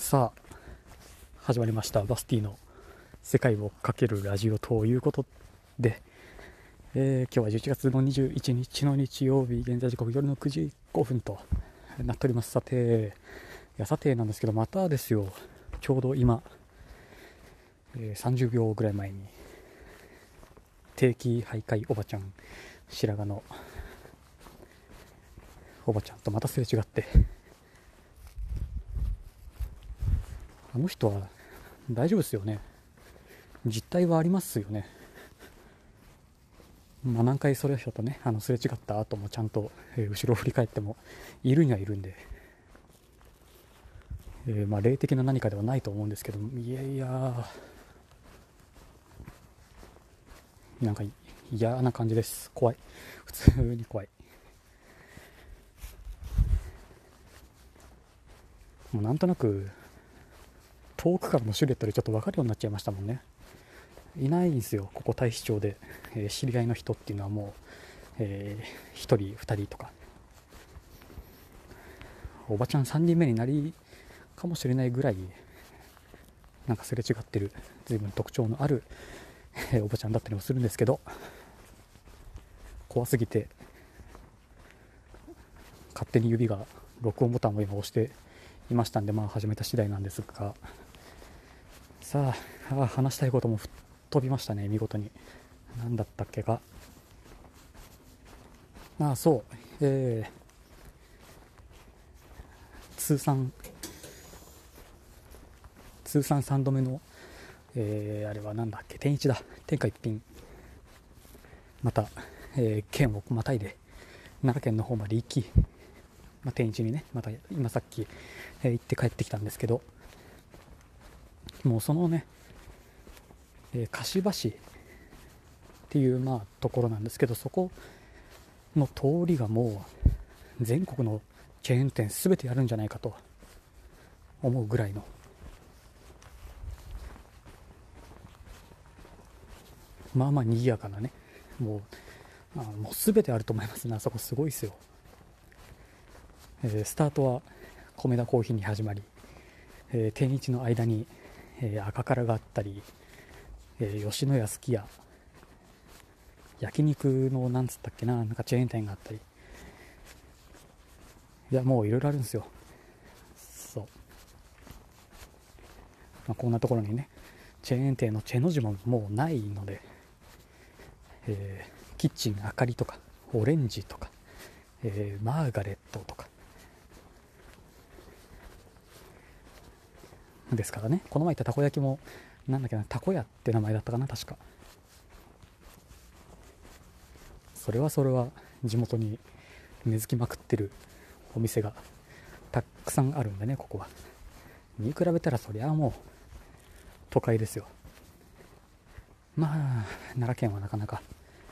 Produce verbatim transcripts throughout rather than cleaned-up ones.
さあ始まりましたバスティの世界をかけるラジオということで、えー、今日はじゅういちがつのにじゅういちにちの日曜日、現在時刻夜のくじごふんとなっております。さていやさてなんですけど、またですよ、ちょうど今、えー、さんじゅうびょうぐらい前に定期徘徊おばちゃん、白髪のおばちゃんとまたすれ違って、あの人は大丈夫ですよね。実態はありますよね。まあ、何回それ人とね、あのすれ違った後もちゃんと、えー、後ろを振り返ってもいるにはいるんで、えー、まあ霊的な何かではないと思うんですけど、いやいやなんか嫌な感じです。怖い、普通に怖い。もうなんとなく遠くからのシルエットでちょっと分かるようになっちゃいましたもんね。いないんですよ、ここ太子町で、えー、知り合いの人っていうのはもう、えー、ひとりふたりとか、おばちゃんさんにんめになりかもしれないぐらいなんかすれ違ってる、随分特徴のある、えー、おばちゃんだったりもするんですけど、怖すぎて勝手に指が録音ボタンを今押していましたんで、まあ始めた次第なんですが、さあ、あ話したいことも吹っ飛びましたね、見事に。何だったっけか。ああそう、えー、通算通算さんどめの、えー、あれはなんだっけ、天一だ、天下一品、また、えー、県をまたいで奈良県の方まで行き、まあ、天一にね、また今さっき、えー、行って帰ってきたんですけど、もうそのね、えー、柏市っていうまあところなんですけど、そこの通りがもう全国のチェーン店すべてやるんじゃないかと思うぐらいの、まあまあ賑やかなね、もうあもうすべてあると思いますね。あそこすごいですよ。えー、スタートは米田コーヒーに始まり、えー、天一の間に、えー、赤からがあったり、えー、吉野家すき家、焼肉のなんつったっけな、なんかチェーン店があったり、いやもういろいろあるんですよ。そう、まあ、こんなところにね、チェーン店のチェの字ももうないので、えー、キッチンあかりとかオレンジとか、えー、マーガレットとかですからね。この前行ったたこ焼きもなんだっけな、たこ屋って名前だったかな、確か。それはそれは地元に根付きまくってるお店がたくさんあるんでね、ここはに比べたらそりゃもう都会ですよ。まあ奈良県はなかなか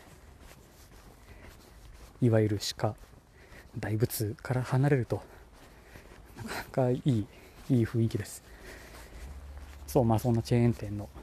いわゆる鹿大仏から離れるとなかなかいいいい雰囲気です。そう、まあそんなチェーン店の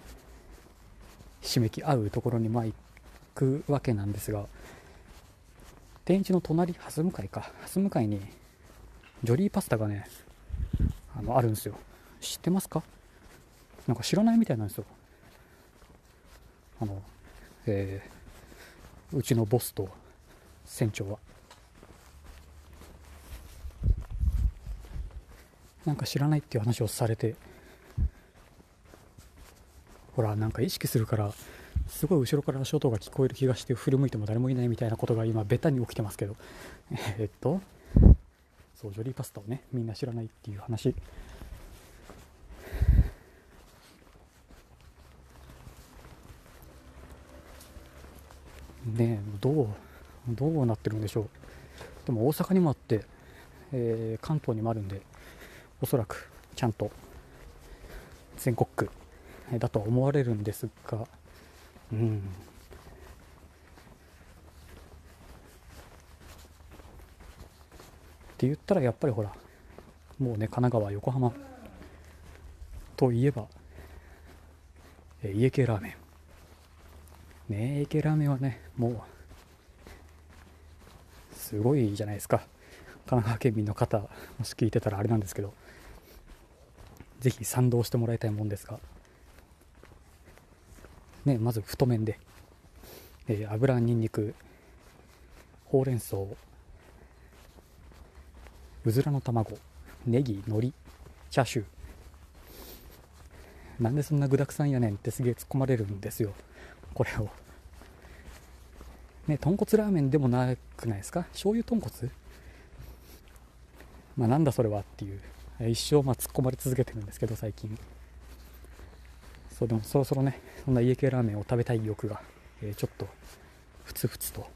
締めき合うところにまあ行くわけなんですが、天一の隣、蓮向かいか、蓮向かいにジョリーパスタがね、あのあるんですよ。知ってますか？なんか知らないみたいなんですよ。あの、えー、うちのボスと船長はなんか知らないっていう話をされて、ほらなんか意識するからすごい後ろから足音が聞こえる気がして振り向いても誰もいないみたいなことが今ベタに起きてますけど、えー、っとそう、ジョリーパスタをねみんな知らないっていう話。ねえ、どうどうなってるんでしょう。でも大阪にもあって、えー、関東にもあるんで、おそらくちゃんと全国区だとは思われるんですが、うんって言ったらやっぱりほら、もうね、神奈川横浜といえば、えー、家系ラーメンね。家系ラーメンはね、もうすごいじゃないですか。神奈川県民の方もし聞いてたらあれなんですけど、 ぜひ賛同してもらいたいもんですが、ね、まず太麺で、えー、油、にんにく、ほうれん草、うずらの卵、ネギ、海苔、チャーシュー。なんでそんな具だくさんやねんってすげえ突っ込まれるんですよ、これを。ね、豚骨ラーメンでもなくないですか？醤油豚骨、まあ、なんだそれはっていう、一生まあ突っ込まれ続けてるんですけど、最近。そうでもそろそろね、そんな家系ラーメンを食べたい欲が、えー、ちょっとふつふつと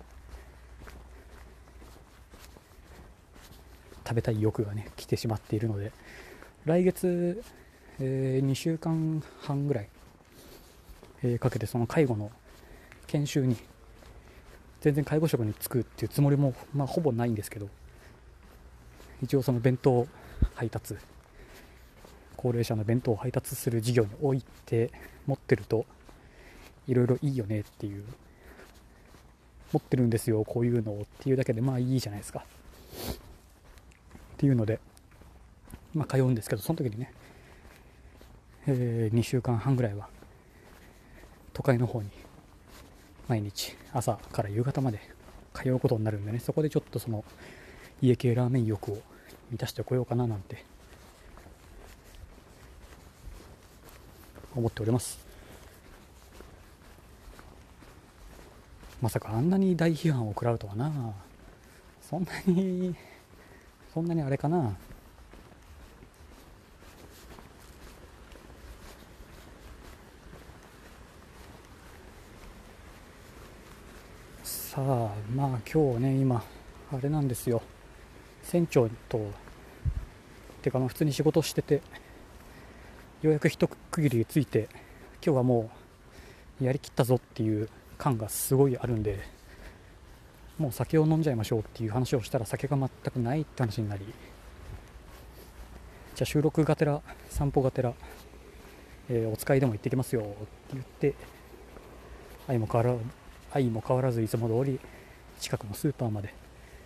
食べたい欲がね来てしまっているので、来月、えー、にしゅうかんはんぐらい、えー、かけてその介護の研修に、全然介護職に就くっていうつもりも、まあ、ほぼないんですけど、一応その弁当配達、高齢者の弁当を配達する事業において持ってるといろいろいいよねっていう、持ってるんですよこういうのをっていうだけでまあいいじゃないですかっていうので、まあ通うんですけど、その時にね、えー、にしゅうかんはんぐらいは都会の方に毎日朝から夕方まで通うことになるんでね、そこでちょっとその家系ラーメン欲を満たしてこようかななんて思っております。まさかあんなに大批判を食らうとはな。そんなにそんなにあれかな。さあまあ今日ね、今あれなんですよ、船長とてかまあ普通に仕事してて、ようやく一区切りついて、今日はもうやりきったぞっていう感がすごいあるんで、もう酒を飲んじゃいましょうっていう話をしたら、酒が全くないって話になり、じゃあ収録がてら散歩がてら、えー、お使いでも行ってきますよって言って、相も変わら相も変わらずいつも通り近くのスーパーまで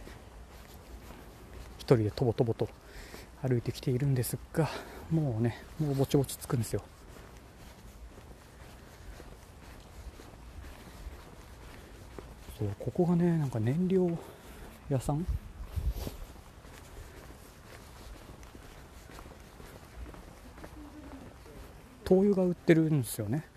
一人でとぼとぼと歩いてきているんですが、もうね、もうぼちぼち着くんですよ。そう、ここがね、なんか燃料屋さん、灯油が売ってるんですよね。やっ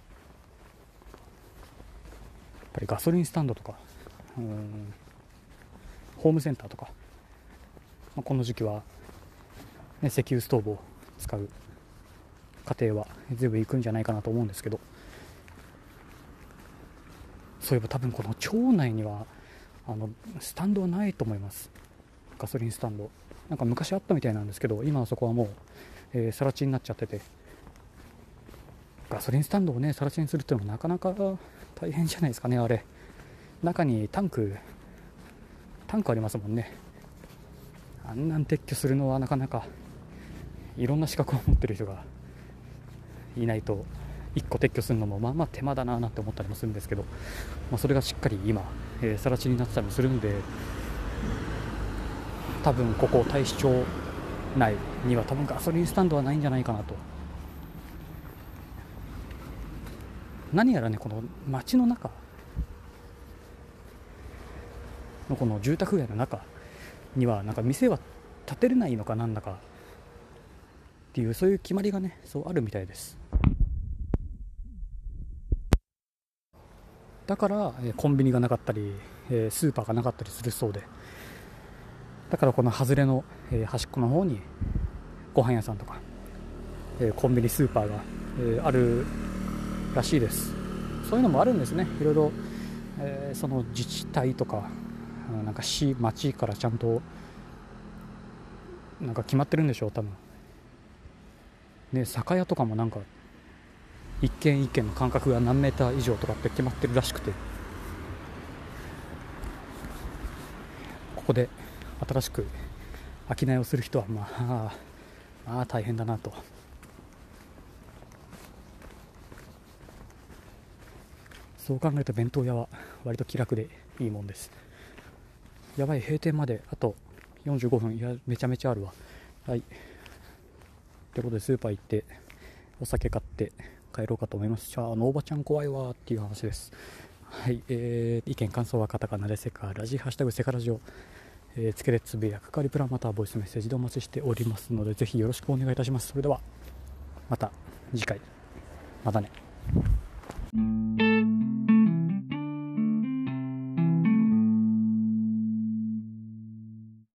ぱりガソリンスタンドとか、うーんホームセンターとか、まあ、この時期は、ね、石油ストーブを使う家庭は全部行くんじゃないかなと思うんですけど、そういえば多分この町内にはあのスタンドはないと思います。ガソリンスタンドなんか昔あったみたいなんですけど、今はそこはもう、えー、更地になっちゃってて、ガソリンスタンドをね更地にするっていうのもなかなか大変じゃないですかね。あれ中にタンクタンクありますもんね。あんなん撤去するのはなかなかいろんな資格を持ってる人がいないといっこ撤去するのもまあまあ手間だななんて思ったりもするんですけど、まあ、それがしっかり今、えー、更地になってたりもするんで、多分ここ太子町内には多分ガソリンスタンドはないんじゃないかなと。何やらね、この街の中のこの住宅街の中にはなんか店は建てれないのかなんだかっていう、そういう決まりがね、そうあるみたいです。だから、えーコンビニがなかったり、えースーパーがなかったりするそうで、だからこの外れの、えー端っこの方にご飯屋さんとか、えーコンビニスーパーが、えーあるらしいです。そういうのもあるんですね、いろいろ、えーその自治体とかなんか市町からちゃんとなんか決まってるんでしょう多分ね。酒屋とかもなんか一軒一軒の間隔が何メーター以上とかって決まってるらしくて、ここで新しく商いをする人はまあまあ大変だなと。そう考えると弁当屋は割と気楽でいいもんです。やばい、閉店まであとよんじゅうごふん。いやめちゃめちゃあるわ。はい、 ということでスーパー行ってお酒買って帰ろうかと思います。じゃあ、あのおばちゃん怖いわっていう話です。はい、えー、意見感想はカタカナでセカラジ、ハッシュタグセカラジを、えー、つけてつぶやくかリプラまたはボイスメッセージでお待ちしておりますので、ぜひよろしくお願いいたします。それではまた次回、またね。